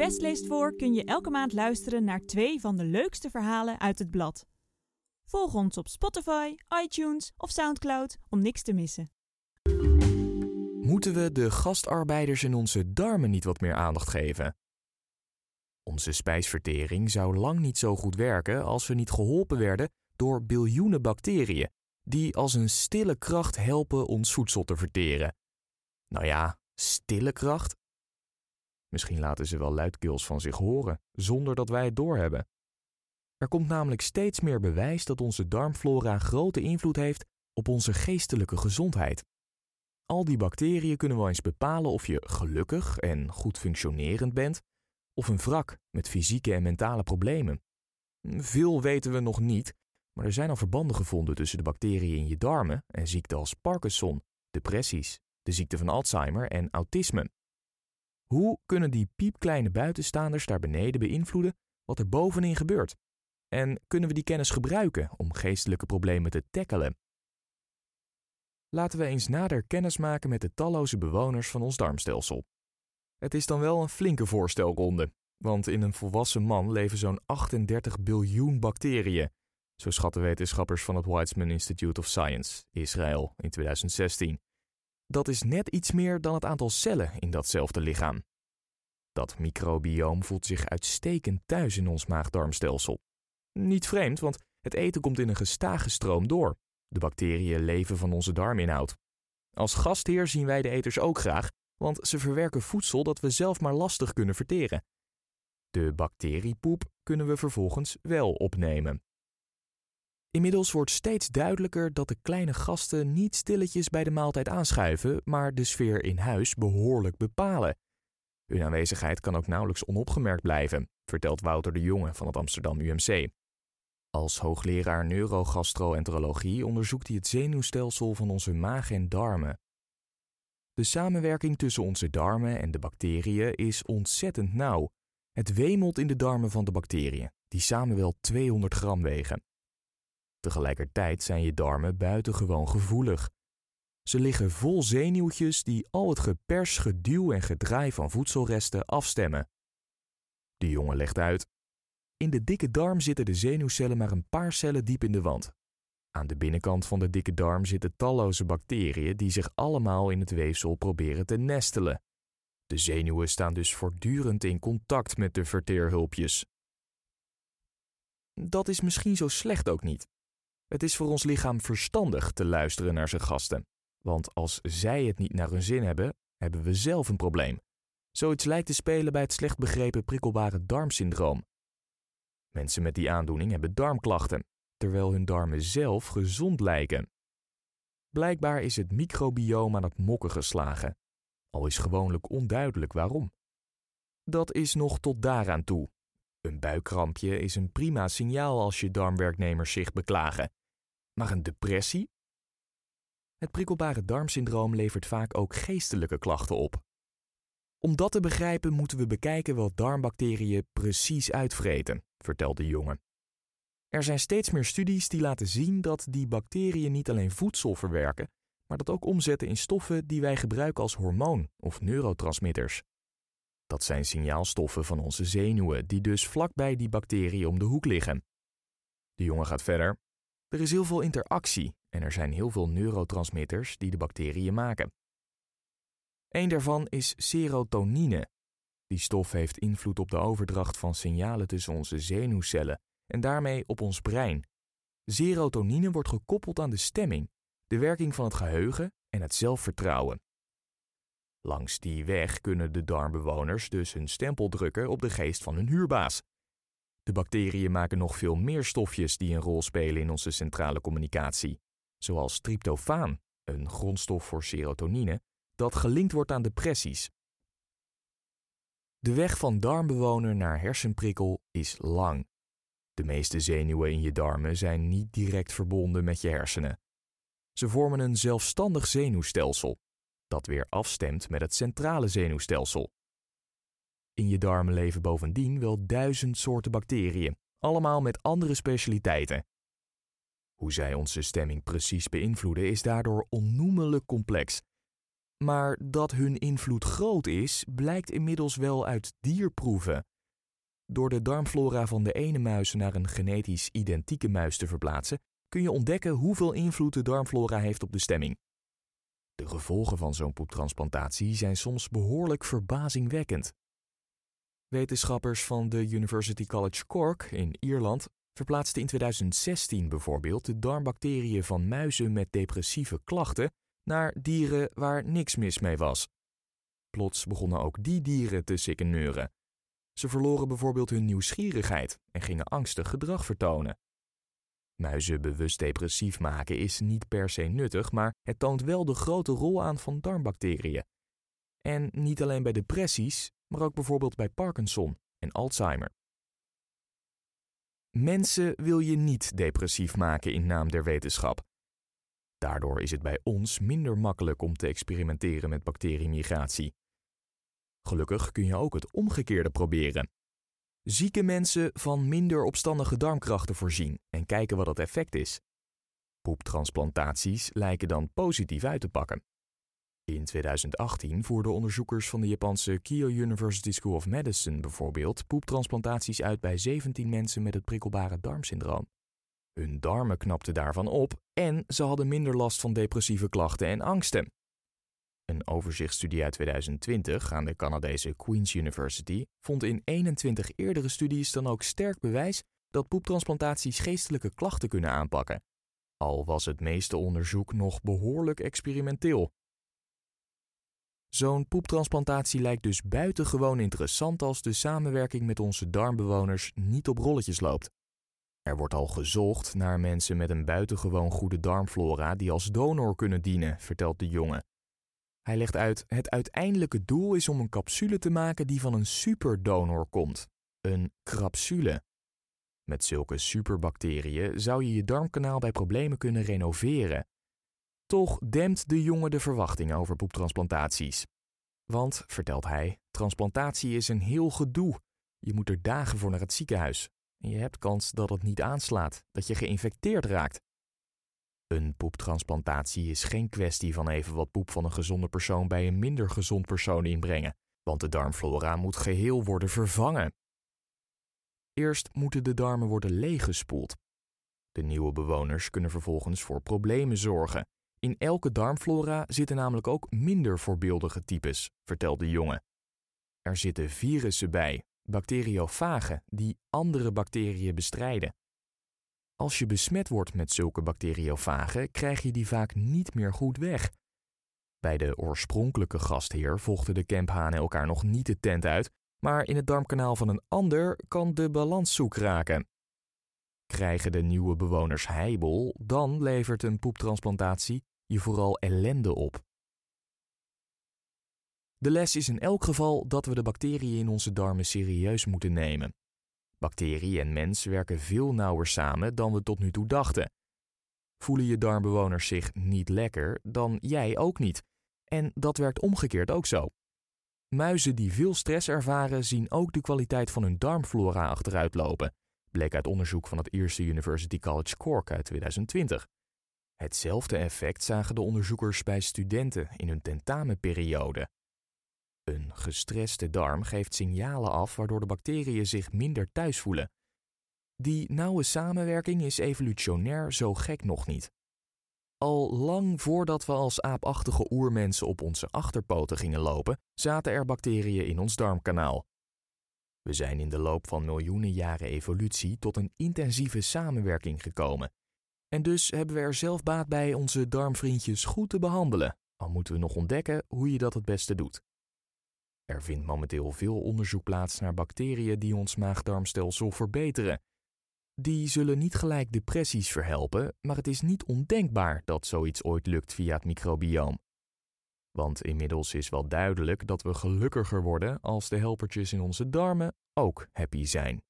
Best leest voor kun je elke maand luisteren naar 2 van de leukste verhalen uit het blad. Volg ons op Spotify, iTunes of Soundcloud om niks te missen. Moeten we de gastarbeiders in onze darmen niet wat meer aandacht geven? Onze spijsvertering zou lang niet zo goed werken als we niet geholpen werden door biljoenen bacteriën, die als een stille kracht helpen ons voedsel te verteren. Nou ja, stille kracht? Misschien laten ze wel luidkeels van zich horen, zonder dat wij het doorhebben. Er komt namelijk steeds meer bewijs dat onze darmflora grote invloed heeft op onze geestelijke gezondheid. Al die bacteriën kunnen wel eens bepalen of je gelukkig en goed functionerend bent, of een wrak met fysieke en mentale problemen. Veel weten we nog niet, maar er zijn al verbanden gevonden tussen de bacteriën in je darmen en ziekten als Parkinson, depressies, de ziekte van Alzheimer en autisme. Hoe kunnen die piepkleine buitenstaanders daar beneden beïnvloeden wat er bovenin gebeurt? En kunnen we die kennis gebruiken om geestelijke problemen te tackelen? Laten we eens nader kennis maken met de talloze bewoners van ons darmstelsel. Het is dan wel een flinke voorstelronde, want in een volwassen man leven zo'n 38 biljoen bacteriën, zo schatten wetenschappers van het Weizmann Institute of Science, Israël, in 2016. Dat is net iets meer dan het aantal cellen in datzelfde lichaam. Dat microbioom voelt zich uitstekend thuis in ons maag-darmstelsel. Niet vreemd, want het eten komt in een gestage stroom door. De bacteriën leven van onze darminhoud. Als gastheer zien wij de eters ook graag, want ze verwerken voedsel dat we zelf maar lastig kunnen verteren. De bacteriepoep kunnen we vervolgens wel opnemen. Inmiddels wordt steeds duidelijker dat de kleine gasten niet stilletjes bij de maaltijd aanschuiven, maar de sfeer in huis behoorlijk bepalen. Hun aanwezigheid kan ook nauwelijks onopgemerkt blijven, vertelt Wouter de Jonge van het Amsterdam UMC. Als hoogleraar neurogastroenterologie onderzoekt hij het zenuwstelsel van onze maag en darmen. De samenwerking tussen onze darmen en de bacteriën is ontzettend nauw. Het wemelt in de darmen van de bacteriën, die samen wel 200 gram wegen. Tegelijkertijd zijn je darmen buitengewoon gevoelig. Ze liggen vol zenuwtjes die al het gepers, geduw en gedraai van voedselresten afstemmen. De jongen legt uit: in de dikke darm zitten de zenuwcellen maar een paar cellen diep in de wand. Aan de binnenkant van de dikke darm zitten talloze bacteriën die zich allemaal in het weefsel proberen te nestelen. De zenuwen staan dus voortdurend in contact met de verteerhulpjes. Dat is misschien zo slecht ook niet. Het is voor ons lichaam verstandig te luisteren naar zijn gasten. Want als zij het niet naar hun zin hebben, hebben we zelf een probleem. Zoiets lijkt te spelen bij het slecht begrepen prikkelbare darmsyndroom. Mensen met die aandoening hebben darmklachten, terwijl hun darmen zelf gezond lijken. Blijkbaar is het microbioom aan het mokken geslagen, al is gewoonlijk onduidelijk waarom. Dat is nog tot daaraan toe. Een buikkrampje is een prima signaal als je darmwerknemers zich beklagen. Maar een depressie? Het prikkelbare darmsyndroom levert vaak ook geestelijke klachten op. Om dat te begrijpen moeten we bekijken wat darmbacteriën precies uitvreten, vertelt de jongen. Er zijn steeds meer studies die laten zien dat die bacteriën niet alleen voedsel verwerken, maar dat ook omzetten in stoffen die wij gebruiken als hormoon of neurotransmitters. Dat zijn signaalstoffen van onze zenuwen die dus vlakbij die bacteriën om de hoek liggen. De jongen gaat verder. Er is heel veel interactie en er zijn heel veel neurotransmitters die de bacteriën maken. Eén daarvan is serotonine. Die stof heeft invloed op de overdracht van signalen tussen onze zenuwcellen en daarmee op ons brein. Serotonine wordt gekoppeld aan de stemming, de werking van het geheugen en het zelfvertrouwen. Langs die weg kunnen de darmbewoners dus hun stempel drukken op de geest van hun huurbaas. De bacteriën maken nog veel meer stofjes die een rol spelen in onze centrale communicatie, zoals tryptofaan, een grondstof voor serotonine, dat gelinkt wordt aan depressies. De weg van darmbewoner naar hersenprikkel is lang. De meeste zenuwen in je darmen zijn niet direct verbonden met je hersenen. Ze vormen een zelfstandig zenuwstelsel, dat weer afstemt met het centrale zenuwstelsel. In je darmen leven bovendien wel 1000 soorten bacteriën, allemaal met andere specialiteiten. Hoe zij onze stemming precies beïnvloeden is daardoor onnoemelijk complex. Maar dat hun invloed groot is, blijkt inmiddels wel uit dierproeven. Door de darmflora van de ene muis naar een genetisch identieke muis te verplaatsen, kun je ontdekken hoeveel invloed de darmflora heeft op de stemming. De gevolgen van zo'n poeptransplantatie zijn soms behoorlijk verbazingwekkend. Wetenschappers van de University College Cork in Ierland verplaatsten in 2016 bijvoorbeeld de darmbacteriën van muizen met depressieve klachten naar dieren waar niks mis mee was. Plots begonnen ook die dieren te sikkeneuren. Ze verloren bijvoorbeeld hun nieuwsgierigheid en gingen angstig gedrag vertonen. Muizen bewust depressief maken is niet per se nuttig, maar het toont wel de grote rol aan van darmbacteriën. En niet alleen bij depressies, maar ook bijvoorbeeld bij Parkinson en Alzheimer. Mensen wil je niet depressief maken in naam der wetenschap. Daardoor is het bij ons minder makkelijk om te experimenteren met bacteriemigratie. Gelukkig kun je ook het omgekeerde proberen. Zieke mensen van minder opstandige darmkrachten voorzien en kijken wat het effect is. Poeptransplantaties lijken dan positief uit te pakken. In 2018 voerden onderzoekers van de Japanse Keio University School of Medicine bijvoorbeeld poeptransplantaties uit bij 17 mensen met het prikkelbare darmsyndroom. Hun darmen knapten daarvan op en ze hadden minder last van depressieve klachten en angsten. Een overzichtsstudie uit 2020 aan de Canadese Queen's University vond in 21 eerdere studies dan ook sterk bewijs dat poeptransplantaties geestelijke klachten kunnen aanpakken. Al was het meeste onderzoek nog behoorlijk experimenteel. Zo'n poeptransplantatie lijkt dus buitengewoon interessant als de samenwerking met onze darmbewoners niet op rolletjes loopt. Er wordt al gezocht naar mensen met een buitengewoon goede darmflora die als donor kunnen dienen, vertelt de jongen. Hij legt uit: het uiteindelijke doel is om een capsule te maken die van een superdonor komt. Een crapsule. Met zulke superbacteriën zou je je darmkanaal bij problemen kunnen renoveren. Toch dempt de jongen de verwachtingen over poeptransplantaties. Want, vertelt hij, transplantatie is een heel gedoe. Je moet er dagen voor naar het ziekenhuis. En je hebt kans dat het niet aanslaat, dat je geïnfecteerd raakt. Een poeptransplantatie is geen kwestie van even wat poep van een gezonde persoon bij een minder gezond persoon inbrengen, want de darmflora moet geheel worden vervangen. Eerst moeten de darmen worden leeggespoeld. De nieuwe bewoners kunnen vervolgens voor problemen zorgen. In elke darmflora zitten namelijk ook minder voorbeeldige types, vertelt de jongen. Er zitten virussen bij, bacteriofagen, die andere bacteriën bestrijden. Als je besmet wordt met zulke bacteriofagen, krijg je die vaak niet meer goed weg. Bij de oorspronkelijke gastheer volgden de kemphanen elkaar nog niet de tent uit, maar in het darmkanaal van een ander kan de balans zoek raken. Krijgen de nieuwe bewoners heibel, dan levert een poeptransplantatie je vooral ellende op. De les is in elk geval dat we de bacteriën in onze darmen serieus moeten nemen. Bacterie en mens werken veel nauwer samen dan we tot nu toe dachten. Voelen je darmbewoners zich niet lekker, dan jij ook niet. En dat werkt omgekeerd ook zo. Muizen die veel stress ervaren zien ook de kwaliteit van hun darmflora achteruit lopen, bleek uit onderzoek van het Ierse University College Cork uit 2020. Hetzelfde effect zagen de onderzoekers bij studenten in hun tentamenperiode. Een gestreste darm geeft signalen af waardoor de bacteriën zich minder thuis voelen. Die nauwe samenwerking is evolutionair zo gek nog niet. Al lang voordat we als aapachtige oermensen op onze achterpoten gingen lopen, zaten er bacteriën in ons darmkanaal. We zijn in de loop van miljoenen jaren evolutie tot een intensieve samenwerking gekomen. En dus hebben we er zelf baat bij onze darmvriendjes goed te behandelen, al moeten we nog ontdekken hoe je dat het beste doet. Er vindt momenteel veel onderzoek plaats naar bacteriën die ons maag-darmstelsel verbeteren. Die zullen niet gelijk depressies verhelpen, maar het is niet ondenkbaar dat zoiets ooit lukt via het microbioom. Want inmiddels is wel duidelijk dat we gelukkiger worden als de helpertjes in onze darmen ook happy zijn.